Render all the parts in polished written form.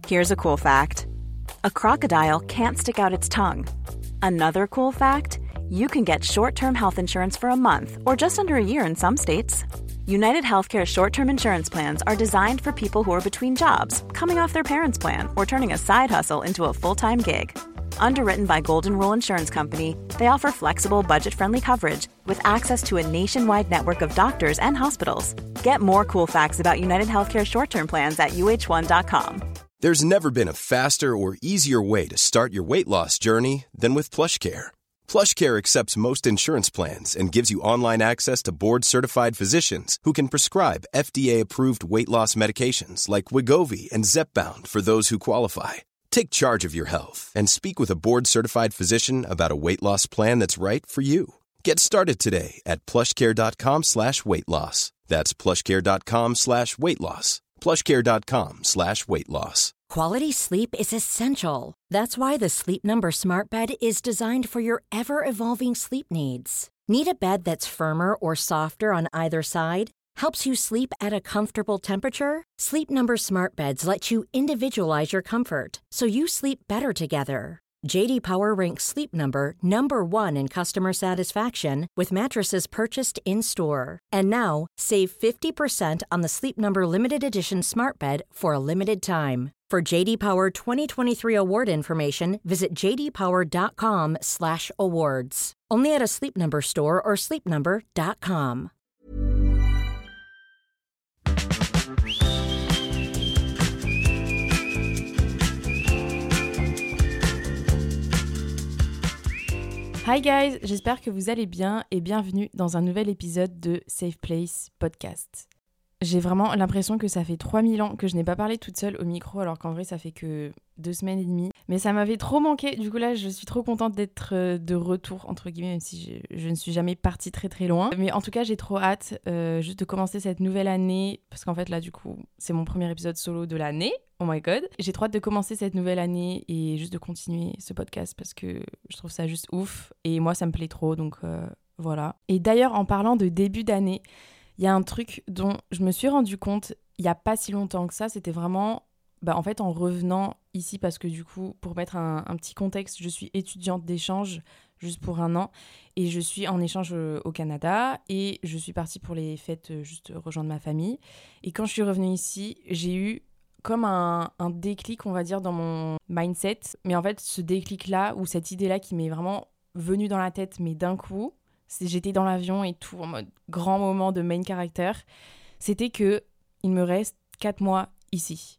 Here's a cool fact. A crocodile can't stick out its tongue. Another cool fact, you can get short-term health insurance for a month or just under a year in some states. United Healthcare short-term insurance plans are designed for people who are between jobs, coming off their parents' plan, or turning a side hustle into a full-time gig. Underwritten by Golden Rule Insurance Company, they offer flexible, budget-friendly coverage with access to a nationwide network of doctors and hospitals. Get more cool facts about United Healthcare short-term plans at uh1.com. There's never been a faster or easier way to start your weight loss journey than with PlushCare. PlushCare accepts most insurance plans and gives you online access to board-certified physicians who can prescribe FDA-approved weight loss medications like Wegovy and Zepbound for those who qualify. Take charge of your health and speak with a board-certified physician about a weight loss plan that's right for you. Get started today at plushcare.com/weight loss. That's plushcare.com/weight loss. plushcare.com/weight loss. Quality sleep is essential. That's why the Sleep Number Smart Bed is designed for your ever-evolving sleep needs. Need a bed that's firmer or softer on either side? Helps you sleep at a comfortable temperature? Sleep Number Smart Beds let you individualize your comfort so you sleep better together. J.D. Power ranks Sleep Number number 1 in customer satisfaction with mattresses purchased in-store. And now, save 50% on the Sleep Number Limited Edition Smart Bed for a limited time. For J.D. Power 2023 award information, visit jdpower.com/awards. Only at a Sleep Number store or sleepnumber.com. Hi guys, j'espère que vous allez bien et bienvenue dans un nouvel épisode de Safe Place Podcast. J'ai vraiment l'impression que ça fait 3000 ans que je n'ai pas parlé toute seule au micro, alors qu'en vrai ça fait que 2 semaines et demie. Mais ça m'avait trop manqué, du coup là je suis trop contente d'être de retour, entre guillemets, même si je ne suis jamais partie très très loin. Mais en tout cas j'ai trop hâte juste de commencer cette nouvelle année, parce qu'en fait là du coup c'est mon premier épisode solo de l'année. Oh my god. J'ai trop hâte de commencer cette nouvelle année et juste de continuer ce podcast parce que je trouve ça juste ouf. Et moi, ça me plaît trop, donc voilà. Et d'ailleurs, en parlant de début d'année, il y a un truc dont je me suis rendu compte il n'y a pas si longtemps que ça. C'était vraiment, en fait, en revenant ici parce que du coup, pour mettre un petit contexte, je suis étudiante d'échange juste pour 1 an et je suis en échange au Canada et je suis partie pour les fêtes juste rejoindre ma famille. Et quand je suis revenue ici, j'ai eu comme un déclic, on va dire, dans mon mindset. Mais en fait, ce déclic-là, ou cette idée-là qui m'est vraiment venue dans la tête, mais d'un coup, j'étais dans l'avion et tout, en mode grand moment de main character, c'était que il me reste 4 mois ici.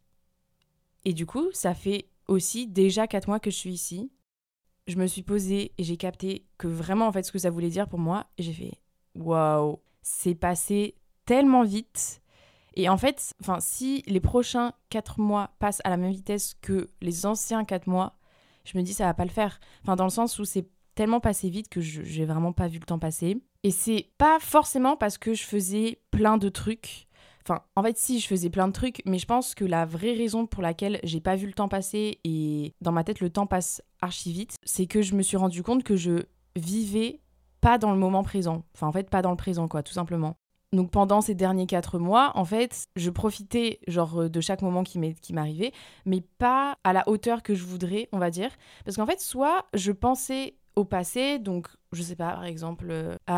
Et du coup, ça fait aussi déjà 4 mois que je suis ici. Je me suis posée et j'ai capté que vraiment, en fait, ce que ça voulait dire pour moi, et j'ai fait « Waouh, c'est passé tellement vite !» Et en fait, si les prochains 4 mois passent à la même vitesse que les anciens 4 mois, je me dis ça va pas le faire. Dans le sens où c'est tellement passé vite que j'ai vraiment pas vu le temps passer. Et c'est pas forcément parce que je faisais plein de trucs. En fait, si, je faisais plein de trucs, mais je pense que la vraie raison pour laquelle j'ai pas vu le temps passer et dans ma tête le temps passe archi vite, c'est que je me suis rendu compte que je vivais pas dans le moment présent. En fait, pas dans le présent, quoi, tout simplement. Donc pendant ces derniers 4 mois, en fait, je profitais de chaque moment qui m'arrivait, mais pas à la hauteur que je voudrais, on va dire. Parce qu'en fait, soit je pensais au passé, donc je sais pas, par exemple,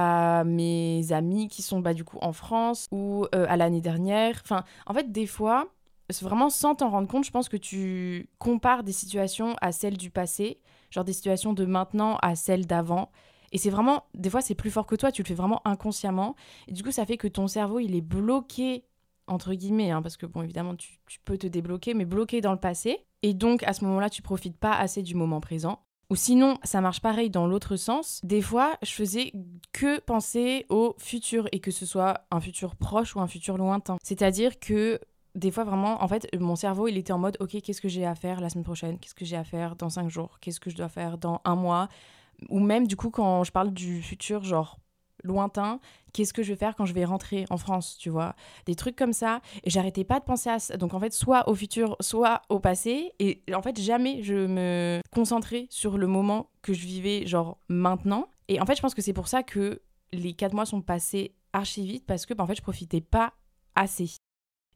à mes amis qui sont du coup en France ou à l'année dernière. En fait, des fois, c'est vraiment sans t'en rendre compte, je pense que tu compares des situations à celles du passé, genre des situations de maintenant à celles d'avant. Et c'est vraiment, des fois, c'est plus fort que toi, tu le fais vraiment inconsciemment. Et du coup, ça fait que ton cerveau, il est bloqué, entre guillemets, parce que, bon, évidemment, tu peux te débloquer, mais bloqué dans le passé. Et donc, à ce moment-là, tu profites pas assez du moment présent. Ou sinon, ça marche pareil dans l'autre sens. Des fois, je faisais que penser au futur, et que ce soit un futur proche ou un futur lointain. C'est-à-dire que des fois, vraiment, en fait, mon cerveau, il était en mode, OK, qu'est-ce que j'ai à faire la semaine prochaine ? Qu'est-ce que j'ai à faire dans 5 jours ? Qu'est-ce que je dois faire dans 1 mois ? Ou même, du coup, quand je parle du futur, genre lointain, qu'est-ce que je vais faire quand je vais rentrer en France, tu vois ? Des trucs comme ça. Et j'arrêtais pas de penser à ça. Donc, en fait, soit au futur, soit au passé. Et en fait, jamais je me concentrais sur le moment que je vivais, genre maintenant. Et en fait, je pense que c'est pour ça que les 4 mois sont passés archi vite, parce que, en fait, je profitais pas assez.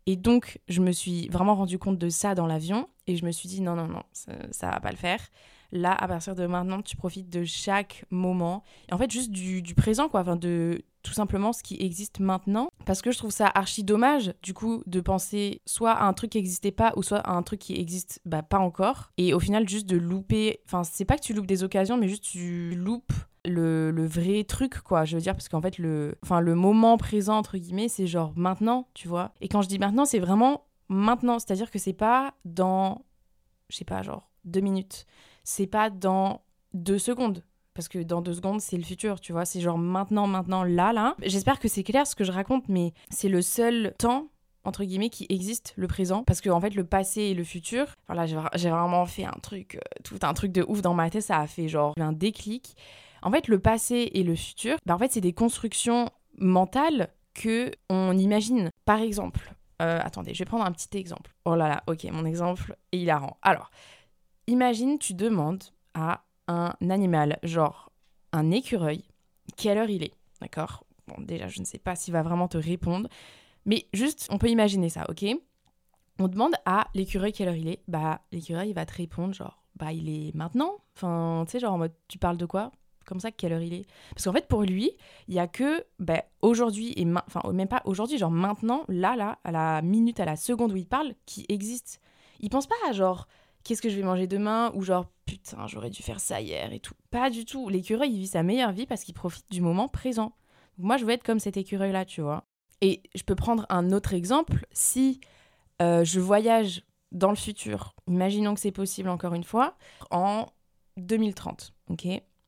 Et donc, je me suis vraiment rendu compte de ça dans l'avion et je me suis dit non, ça va pas le faire. Là, à partir de maintenant, tu profites de chaque moment. Et en fait, juste du présent, quoi. Enfin, de tout simplement ce qui existe maintenant. Parce que je trouve ça archi dommage, du coup, de penser soit à un truc qui n'existait pas ou soit à un truc qui existe pas encore. Et au final, juste de louper... Enfin, c'est pas que tu loupes des occasions, mais juste tu loupes le vrai truc, quoi. Je veux dire, parce qu'en fait, le moment présent, entre guillemets, c'est genre maintenant, tu vois. Et quand je dis maintenant, c'est vraiment maintenant. C'est-à-dire que c'est pas dans, je sais pas, genre 2 minutes. C'est pas dans 2 secondes. Parce que dans 2 secondes, c'est le futur, tu vois. C'est genre maintenant, là. J'espère que c'est clair ce que je raconte, mais c'est le seul temps, entre guillemets, qui existe, le présent. Parce que, en fait, le passé et le futur... Voilà, j'ai vraiment fait tout un truc de ouf dans ma tête. Ça a fait genre un déclic. En fait, le passé et le futur, en fait, c'est des constructions mentales qu'on imagine. Par exemple, attendez, je vais prendre un petit exemple. Oh là là, ok, mon exemple est hilarant. Alors, imagine, tu demandes à un animal, genre un écureuil, quelle heure il est, d'accord ? Bon, déjà, je ne sais pas s'il va vraiment te répondre, mais juste, on peut imaginer ça, ok ? On demande à l'écureuil quelle heure il est, l'écureuil, il va te répondre genre, il est maintenant ? Enfin, tu sais, genre en mode, tu parles de quoi ? Comme ça, quelle heure il est ? Parce qu'en fait, pour lui, il y a que aujourd'hui, même pas aujourd'hui, genre maintenant, là, à la minute, à la seconde où il parle, qui existe. Il pense pas à genre, qu'est-ce que je vais manger demain ? Ou genre, putain, j'aurais dû faire ça hier et tout. Pas du tout. L'écureuil, il vit sa meilleure vie parce qu'il profite du moment présent. Donc moi, je veux être comme cet écureuil-là, tu vois. Et je peux prendre un autre exemple. Si je voyage dans le futur, imaginons que c'est possible encore une fois, en 2030, ok ?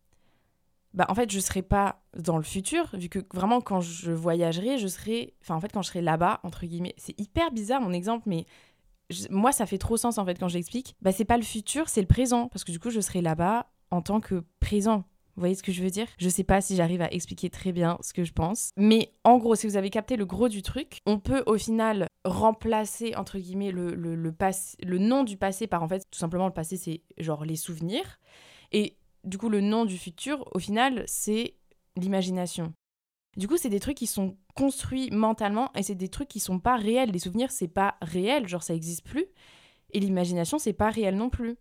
En fait, je ne serai pas dans le futur, vu que vraiment, quand je voyagerai, quand je serai là-bas, entre guillemets. C'est hyper bizarre, mon exemple, mais moi, ça fait trop sens, en fait, quand je l'explique. C'est pas le futur, c'est le présent, parce que du coup, je serai là-bas en tant que présent. Vous voyez ce que je veux dire ? Je sais pas si j'arrive à expliquer très bien ce que je pense. Mais en gros, si vous avez capté le gros du truc, on peut au final remplacer, entre guillemets, le nom du passé par, en fait, tout simplement, le passé, c'est genre les souvenirs. Et du coup, le nom du futur, au final, c'est l'imagination. Du coup, c'est des trucs qui sont construits mentalement et c'est des trucs qui sont pas réels. Les souvenirs, c'est pas réel, genre ça existe plus. Et l'imagination, c'est pas réel non plus.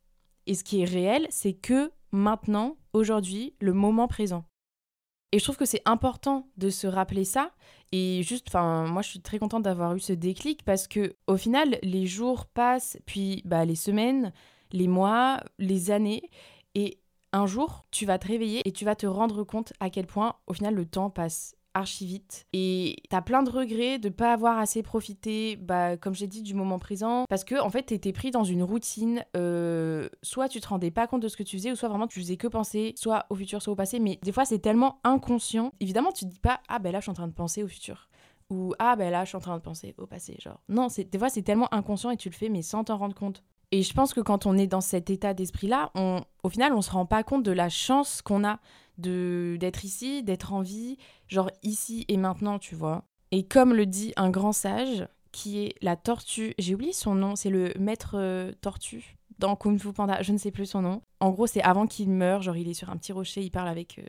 Et ce qui est réel, c'est que maintenant, aujourd'hui, le moment présent. Et je trouve que c'est important de se rappeler ça. Et juste, moi, je suis très contente d'avoir eu ce déclic parce que, au final, les jours passent, puis les semaines, les mois, les années. Et un jour, tu vas te réveiller et tu vas te rendre compte à quel point, au final, le temps passe archi vite. Et t'as plein de regrets de pas avoir assez profité, comme j'ai dit, du moment présent. Parce que, en fait, t'étais pris dans une routine. Soit tu te rendais pas compte de ce que tu faisais, ou soit vraiment tu faisais que penser, soit au futur, soit au passé. Mais des fois, c'est tellement inconscient. Évidemment, tu te dis pas, là, je suis en train de penser au futur. Ou, là, je suis en train de penser au passé. Genre, non, des fois, c'est tellement inconscient et tu le fais, mais sans t'en rendre compte. Et je pense que quand on est dans cet état d'esprit-là, au final, on se rend pas compte de la chance qu'on a d'être ici, d'être en vie, genre ici et maintenant, tu vois. Et comme le dit un grand sage, qui est la tortue, j'ai oublié son nom, c'est le maître tortue dans Kung Fu Panda, je ne sais plus son nom. En gros, c'est avant qu'il meure, genre il est sur un petit rocher, il parle avec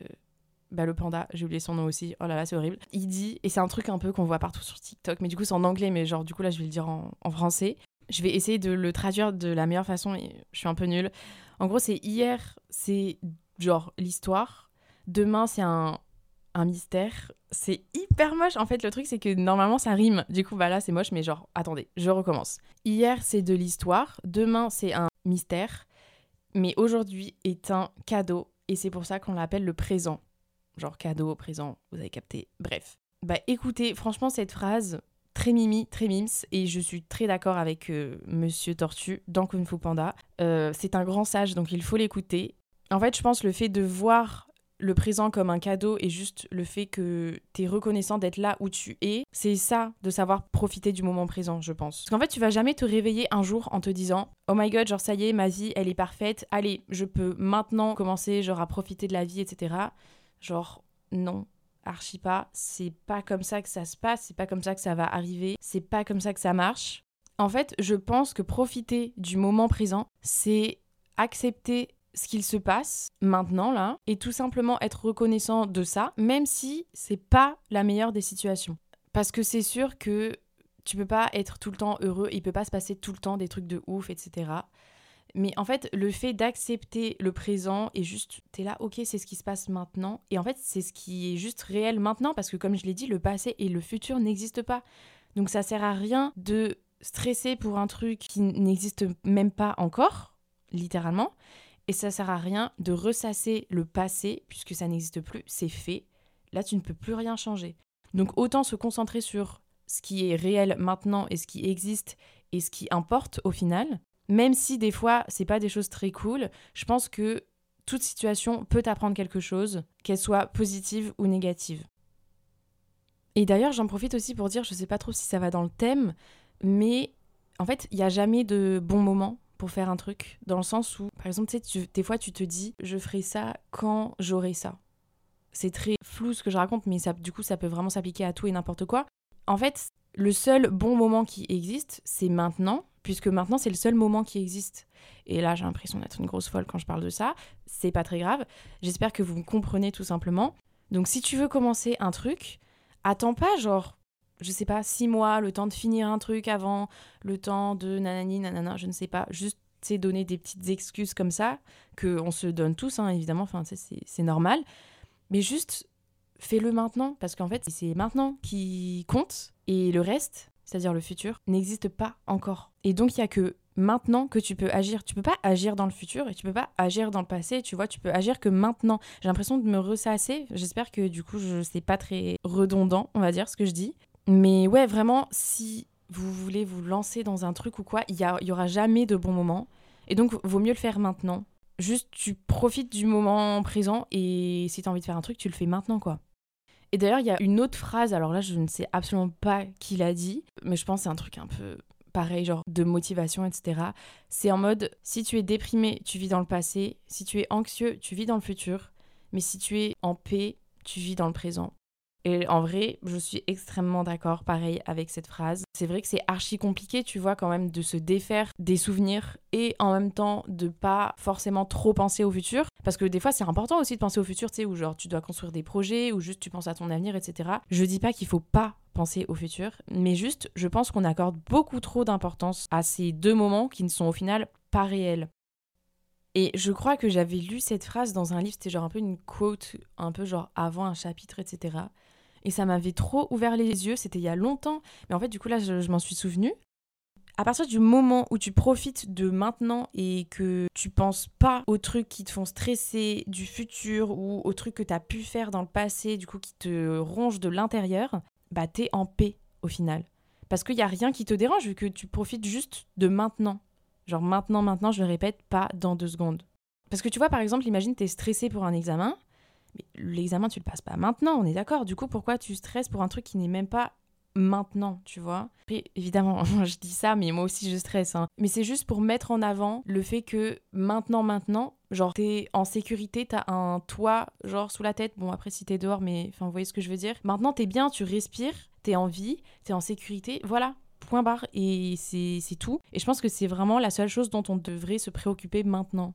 le panda, j'ai oublié son nom aussi, oh là là, c'est horrible. Il dit, et c'est un truc un peu qu'on voit partout sur TikTok, mais du coup c'est en anglais, mais genre du coup là je vais le dire en français. Je vais essayer de le traduire de la meilleure façon et je suis un peu nulle. En gros, c'est hier, c'est genre l'histoire. Demain, c'est un mystère. C'est hyper moche. En fait, le truc, c'est que normalement, ça rime. Du coup, là, c'est moche, mais genre, attendez, je recommence. Hier, c'est de l'histoire. Demain, c'est un mystère. Mais aujourd'hui est un cadeau. Et c'est pour ça qu'on l'appelle le présent. Genre cadeau, présent, vous avez capté. Bref. Écoutez, franchement, cette phrase... très mimi, très mims, et je suis très d'accord avec Monsieur Tortue dans Kung Fu Panda. C'est un grand sage, donc il faut l'écouter. En fait, je pense le fait de voir le présent comme un cadeau et juste le fait que t'es reconnaissant d'être là où tu es, c'est ça, de savoir profiter du moment présent, je pense. Parce qu'en fait, tu vas jamais te réveiller un jour en te disant « Oh my god, genre ça y est, ma vie, elle est parfaite. Allez, je peux maintenant commencer genre à profiter de la vie, etc. » Genre, non. Archi pas, c'est pas comme ça que ça se passe, c'est pas comme ça que ça va arriver, c'est pas comme ça que ça marche. En fait, je pense que profiter du moment présent, c'est accepter ce qu'il se passe maintenant là et tout simplement être reconnaissant de ça, même si c'est pas la meilleure des situations. Parce que c'est sûr que tu peux pas être tout le temps heureux, il peut pas se passer tout le temps des trucs de ouf, etc. Mais en fait, le fait d'accepter le présent et juste, t'es là, ok, c'est ce qui se passe maintenant. Et en fait, c'est ce qui est juste réel maintenant parce que comme je l'ai dit, le passé et le futur n'existent pas. Donc ça sert à rien de stresser pour un truc qui n'existe même pas encore, littéralement. Et ça sert à rien de ressasser le passé puisque ça n'existe plus, c'est fait. Là, tu ne peux plus rien changer. Donc autant se concentrer sur ce qui est réel maintenant et ce qui existe et ce qui importe au final. Même si des fois, c'est pas des choses très cool, je pense que toute situation peut t'apprendre quelque chose, qu'elle soit positive ou négative. Et d'ailleurs, j'en profite aussi pour dire, je sais pas trop si ça va dans le thème, mais en fait, il n'y a jamais de bon moment pour faire un truc, dans le sens où, par exemple, des fois, tu te dis, je ferai ça quand j'aurai ça. C'est très flou ce que je raconte, mais du coup, ça peut vraiment s'appliquer à tout et n'importe quoi. En fait, le seul bon moment qui existe, c'est maintenant, puisque maintenant, c'est le seul moment qui existe. Et là, j'ai l'impression d'être une grosse folle quand je parle de ça. C'est pas très grave. J'espère que vous me comprenez tout simplement. Donc, si tu veux commencer un truc, attends pas, genre, je sais pas, 6 mois, le temps de finir un truc avant, le temps de nanani, nanana, je ne sais pas. Juste, tu sais, donner des petites excuses comme ça, qu'on se donne tous, hein, évidemment, enfin, c'est normal. Mais juste, fais-le maintenant, parce qu'en fait, c'est maintenant qui compte. Et le reste, c'est-à-dire le futur, n'existe pas encore. Et donc, il n'y a que maintenant que tu peux agir. Tu peux pas agir dans le futur et tu peux pas agir dans le passé, tu vois, tu peux agir que maintenant. J'ai l'impression de me ressasser. J'espère que du coup, c'est pas très redondant, on va dire, ce que je dis. Mais ouais, vraiment, si vous voulez vous lancer dans un truc ou quoi, il y aura jamais de bon moment. Et donc, vaut mieux le faire maintenant. Juste, tu profites du moment présent et si t'as envie de faire un truc, tu le fais maintenant, quoi. Et d'ailleurs, il y a une autre phrase, alors là, je ne sais absolument pas qui l'a dit, mais je pense que c'est un truc un peu pareil, genre de motivation, etc. C'est en mode, si tu es déprimé, tu vis dans le passé. Si tu es anxieux, tu vis dans le futur. Mais si tu es en paix, tu vis dans le présent. Et en vrai, je suis extrêmement d'accord, pareil, avec cette phrase. C'est vrai que c'est archi compliqué, tu vois, quand même, de se défaire des souvenirs et en même temps de pas forcément trop penser au futur. Parce que des fois, c'est important aussi de penser au futur, tu sais, où genre tu dois construire des projets, ou juste tu penses à ton avenir, etc. Je dis pas qu'il faut pas penser au futur, mais juste, je pense qu'on accorde beaucoup trop d'importance à ces deux moments qui ne sont au final pas réels. Et je crois que j'avais lu cette phrase dans un livre, c'était genre un peu une quote, un peu genre avant un chapitre, etc. Et ça m'avait trop ouvert les yeux, c'était il y a longtemps, mais en fait du coup là je m'en suis souvenue. À partir du moment où tu profites de maintenant et que tu penses pas aux trucs qui te font stresser du futur ou aux trucs que t'as pu faire dans le passé, du coup qui te rongent de l'intérieur, bah t'es en paix au final. Parce qu'il y a rien qui te dérange vu que tu profites juste de maintenant. Genre maintenant, je le répète, pas dans 2 secondes. Parce que tu vois, par exemple, imagine t'es stressé pour un examen, mais l'examen, tu le passes pas maintenant, on est d'accord. Du coup, pourquoi tu stresses pour un truc qui n'est même pas maintenant, tu vois ? Après, évidemment, je dis ça, mais moi aussi, je stresse. Hein. Mais c'est juste pour mettre en avant le fait que maintenant, genre, t'es en sécurité, t'as un toit, genre, sous la tête. Bon, après, si t'es dehors, mais enfin, vous voyez ce que je veux dire ? Maintenant, t'es bien, tu respires, t'es en vie, t'es en sécurité, voilà. Point barre, et c'est tout. Et je pense que c'est vraiment la seule chose dont on devrait se préoccuper maintenant.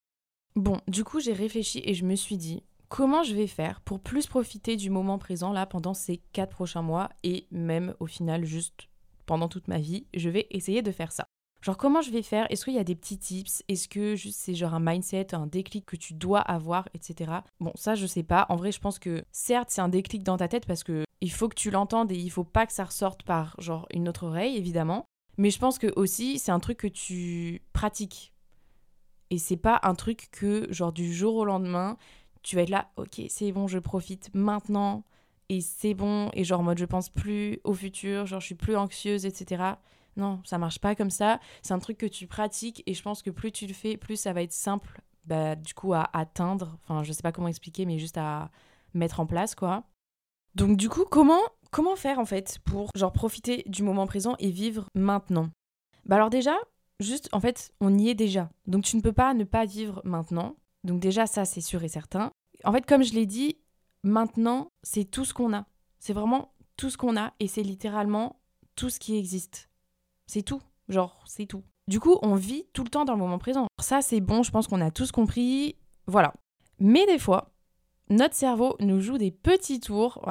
Bon, du coup, j'ai réfléchi et je me suis dit, comment je vais faire pour plus profiter du moment présent là pendant ces 4 prochains mois et même au final juste pendant toute ma vie, je vais essayer de faire ça. Genre comment je vais faire ? Est-ce qu'il y a des petits tips ? Est-ce que juste c'est genre un mindset, un déclic que tu dois avoir, etc. Bon, ça je sais pas. En vrai, je pense que certes c'est un déclic dans ta tête parce que il faut que tu l'entendes et il faut pas que ça ressorte par genre une autre oreille, évidemment. Mais je pense que aussi c'est un truc que tu pratiques. Et c'est pas un truc que genre du jour au lendemain, tu vas être là, ok, c'est bon, je profite maintenant et c'est bon. Et genre en mode je pense plus au futur, genre je suis plus anxieuse, etc. Non, ça marche pas comme ça. C'est un truc que tu pratiques et je pense que plus tu le fais, plus ça va être simple, bah, du coup, à atteindre. Enfin, je sais pas comment expliquer, mais juste à mettre en place, quoi. Donc, du coup, comment faire, en fait, pour, genre, profiter du moment présent et vivre maintenant ? Bah alors déjà, juste, en fait, on y est déjà. Donc, tu ne peux pas ne pas vivre maintenant. Donc déjà, ça, c'est sûr et certain. En fait, comme je l'ai dit, maintenant, c'est tout ce qu'on a. C'est vraiment tout ce qu'on a et c'est littéralement tout ce qui existe. C'est tout, genre, c'est tout. Du coup, on vit tout le temps dans le moment présent. Ça, c'est bon, je pense qu'on a tous compris, voilà. Mais des fois, notre cerveau nous joue des petits tours, voilà,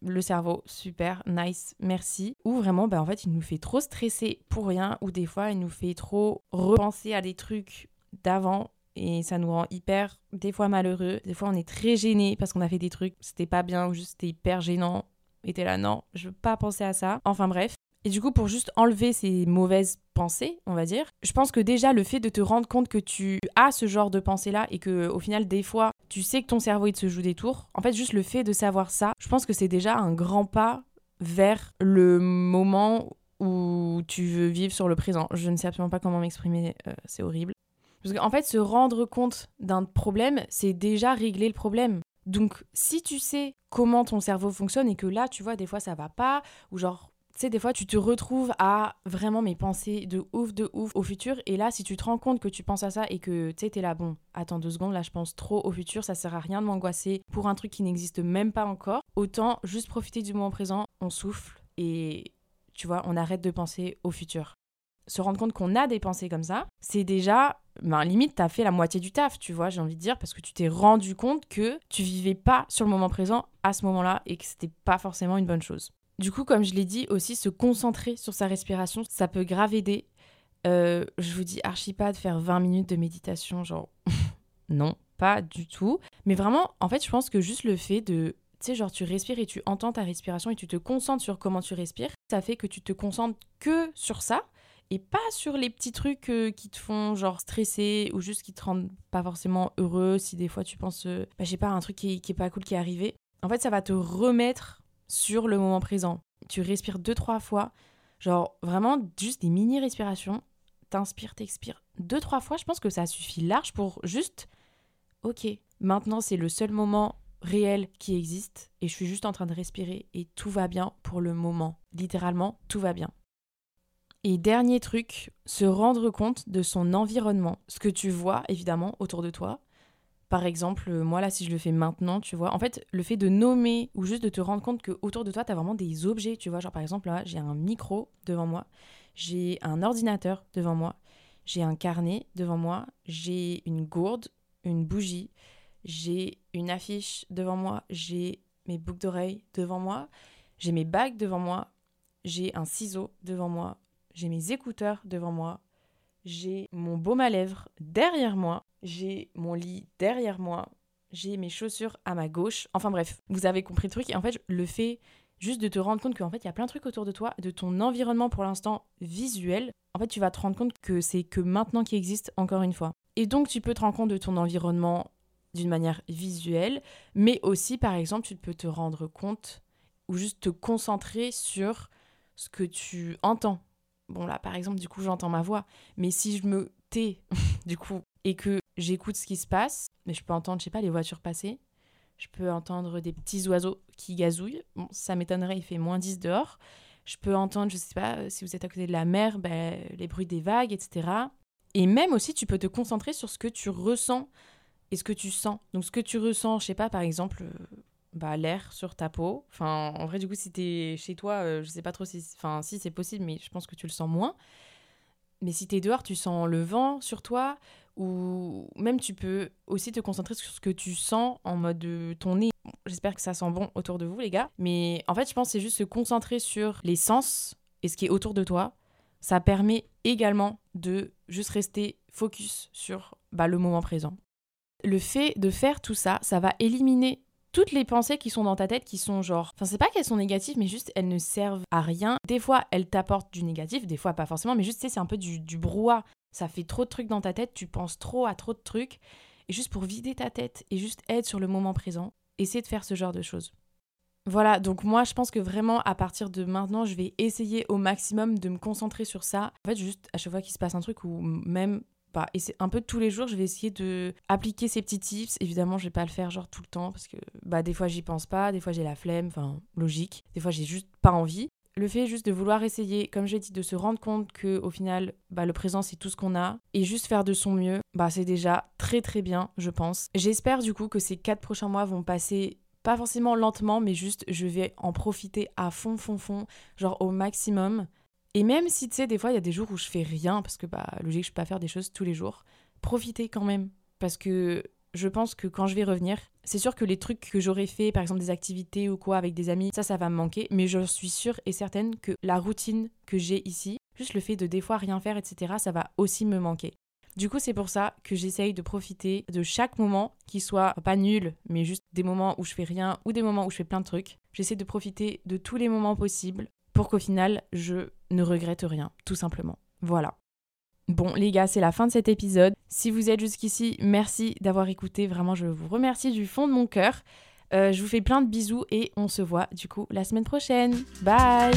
le cerveau, super, nice, merci. Ou vraiment, en fait, il nous fait trop stresser pour rien, ou des fois, il nous fait trop repenser à des trucs d'avant, et ça nous rend hyper, des fois, malheureux. Des fois, on est très gêné parce qu'on a fait des trucs, c'était pas bien, ou juste c'était hyper gênant. Et t'es là, non, je veux pas penser à ça. Enfin bref. Et du coup, pour juste enlever ces mauvaises pensées, on va dire, je pense que déjà, le fait de te rendre compte que tu as ce genre de pensée-là et que au final, des fois, tu sais que ton cerveau, il te joue des tours. En fait, juste le fait de savoir ça, je pense que c'est déjà un grand pas vers le moment où tu veux vivre sur le présent. Je ne sais absolument pas comment m'exprimer, c'est horrible. Parce qu'en fait, se rendre compte d'un problème, c'est déjà régler le problème. Donc, si tu sais comment ton cerveau fonctionne et que là, tu vois, des fois, ça va pas, ou genre, tu sais, des fois, tu te retrouves à vraiment mes pensées de ouf au futur. Et là, si tu te rends compte que tu penses à ça et que, tu sais, t'es là, bon, attends 2 secondes, là, je pense trop au futur, ça sert à rien de m'angoisser pour un truc qui n'existe même pas encore. Autant juste profiter du moment présent, on souffle et, tu vois, on arrête de penser au futur. Se rendre compte qu'on a des pensées comme ça, c'est déjà, limite, t'as fait la moitié du taf, tu vois, j'ai envie de dire, parce que tu t'es rendu compte que tu vivais pas sur le moment présent à ce moment-là et que c'était pas forcément une bonne chose. Du coup, comme je l'ai dit aussi, se concentrer sur sa respiration, ça peut grave aider. Je vous dis archi pas de faire 20 minutes de méditation, genre, non, pas du tout. Mais vraiment, en fait, je pense que juste le fait de, tu sais, genre, tu respires et tu entends ta respiration et tu te concentres sur comment tu respires, ça fait que tu te concentres que sur ça. Et pas sur les petits trucs qui te font genre stresser ou juste qui te rendent pas forcément heureux si des fois tu penses, je sais pas, un truc qui est pas cool qui est arrivé. En fait, ça va te remettre sur le moment présent. Tu respires 2-3 fois, genre vraiment juste des mini-respirations. T'inspires, t'expires 2-3 fois, je pense que ça suffit large pour juste, ok, maintenant c'est le seul moment réel qui existe et je suis juste en train de respirer et tout va bien pour le moment. Littéralement, tout va bien. Et dernier truc, se rendre compte de son environnement, ce que tu vois évidemment autour de toi. Par exemple, moi là si je le fais maintenant, tu vois, en fait le fait de nommer ou juste de te rendre compte qu'autour de toi t'as vraiment des objets, tu vois, genre par exemple là j'ai un micro devant moi, j'ai un ordinateur devant moi, j'ai un carnet devant moi, j'ai une gourde, une bougie, j'ai une affiche devant moi, j'ai mes boucles d'oreilles devant moi, j'ai mes bagues devant moi, j'ai un ciseau devant moi, j'ai mes écouteurs devant moi, j'ai mon baume à lèvres derrière moi, j'ai mon lit derrière moi, j'ai mes chaussures à ma gauche. Enfin bref, vous avez compris le truc. Et en fait, le fait juste de te rendre compte qu'en fait, il y a plein de trucs autour de toi, de ton environnement pour l'instant visuel. En fait, tu vas te rendre compte que c'est que maintenant qui existe, encore une fois. Et donc, tu peux te rendre compte de ton environnement d'une manière visuelle, mais aussi, par exemple, tu peux te rendre compte ou juste te concentrer sur ce que tu entends. Bon là, par exemple, du coup, j'entends ma voix. Mais si je me tais, du coup, et que j'écoute ce qui se passe, mais je peux entendre, je sais pas, les voitures passer. Je peux entendre des petits oiseaux qui gazouillent. Bon, ça m'étonnerait, il fait -10 dehors. Je peux entendre, je sais pas, si vous êtes à côté de la mer, les bruits des vagues, etc. Et même aussi, tu peux te concentrer sur ce que tu ressens et ce que tu sens. Donc, ce que tu ressens, je sais pas, par exemple... l'air sur ta peau. Enfin, en vrai, du coup, si t'es chez toi, je sais pas trop si... Enfin, si, c'est possible, mais je pense que tu le sens moins. Mais si t'es dehors, tu sens le vent sur toi. Ou même, tu peux aussi te concentrer sur ce que tu sens en mode ton nez. Bon, j'espère que ça sent bon autour de vous, les gars. Mais en fait, je pense que c'est juste se concentrer sur les sens et ce qui est autour de toi. Ça permet également de juste rester focus sur le moment présent. Le fait de faire tout ça, ça va éliminer toutes les pensées qui sont dans ta tête qui sont genre... Enfin, c'est pas qu'elles sont négatives, mais juste elles ne servent à rien. Des fois, elles t'apportent du négatif, des fois pas forcément, mais juste, tu sais, c'est un peu du brouhaha. Ça fait trop de trucs dans ta tête, tu penses trop à trop de trucs. Et juste pour vider ta tête et juste être sur le moment présent, essaie de faire ce genre de choses. Voilà, donc moi, je pense que vraiment, à partir de maintenant, je vais essayer au maximum de me concentrer sur ça. En fait, juste à chaque fois qu'il se passe un truc ou même... Et c'est un peu tous les jours, je vais essayer de appliquer ces petits tips. Évidemment, je vais pas le faire genre tout le temps parce que des fois j'y pense pas, des fois j'ai la flemme, enfin logique. Des fois j'ai juste pas envie. Le fait juste de vouloir essayer, comme j'ai dit, de se rendre compte que au final, le présent c'est tout ce qu'on a et juste faire de son mieux, c'est déjà très très bien, je pense. J'espère du coup que ces 4 prochains mois vont passer pas forcément lentement, mais juste je vais en profiter à fond, genre au maximum. Et même si, tu sais, des fois, il y a des jours où je fais rien, parce que, logique, je peux pas faire des choses tous les jours, profitez quand même. Parce que je pense que quand je vais revenir, c'est sûr que les trucs que j'aurais fait, par exemple des activités ou quoi avec des amis, ça va me manquer. Mais je suis sûre et certaine que la routine que j'ai ici, juste le fait de des fois rien faire, etc., ça va aussi me manquer. Du coup, c'est pour ça que j'essaye de profiter de chaque moment qui soit pas nul, mais juste des moments où je fais rien ou des moments où je fais plein de trucs. J'essaie de profiter de tous les moments possibles pour qu'au final, je ne regrette rien, tout simplement. Voilà. Bon, les gars, c'est la fin de cet épisode. Si vous êtes jusqu'ici, merci d'avoir écouté. Vraiment, je vous remercie du fond de mon cœur. Je vous fais plein de bisous et on se voit du coup la semaine prochaine. Bye!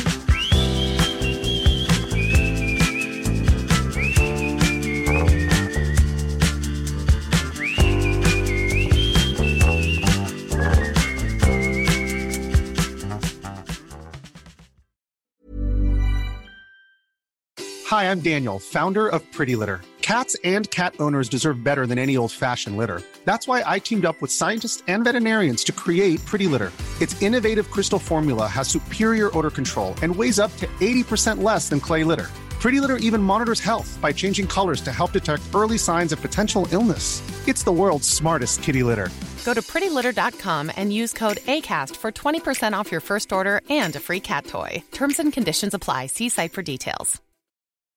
Hi, I'm Daniel, founder of Pretty Litter. Cats and cat owners deserve better than any old-fashioned litter. That's why I teamed up with scientists and veterinarians to create Pretty Litter. Its innovative crystal formula has superior odor control and weighs up to 80% less than clay litter. Pretty Litter even monitors health by changing colors to help detect early signs of potential illness. It's the world's smartest kitty litter. Go to prettylitter.com and use code ACAST for 20% off your first order and a free cat toy. Terms and conditions apply. See site for details.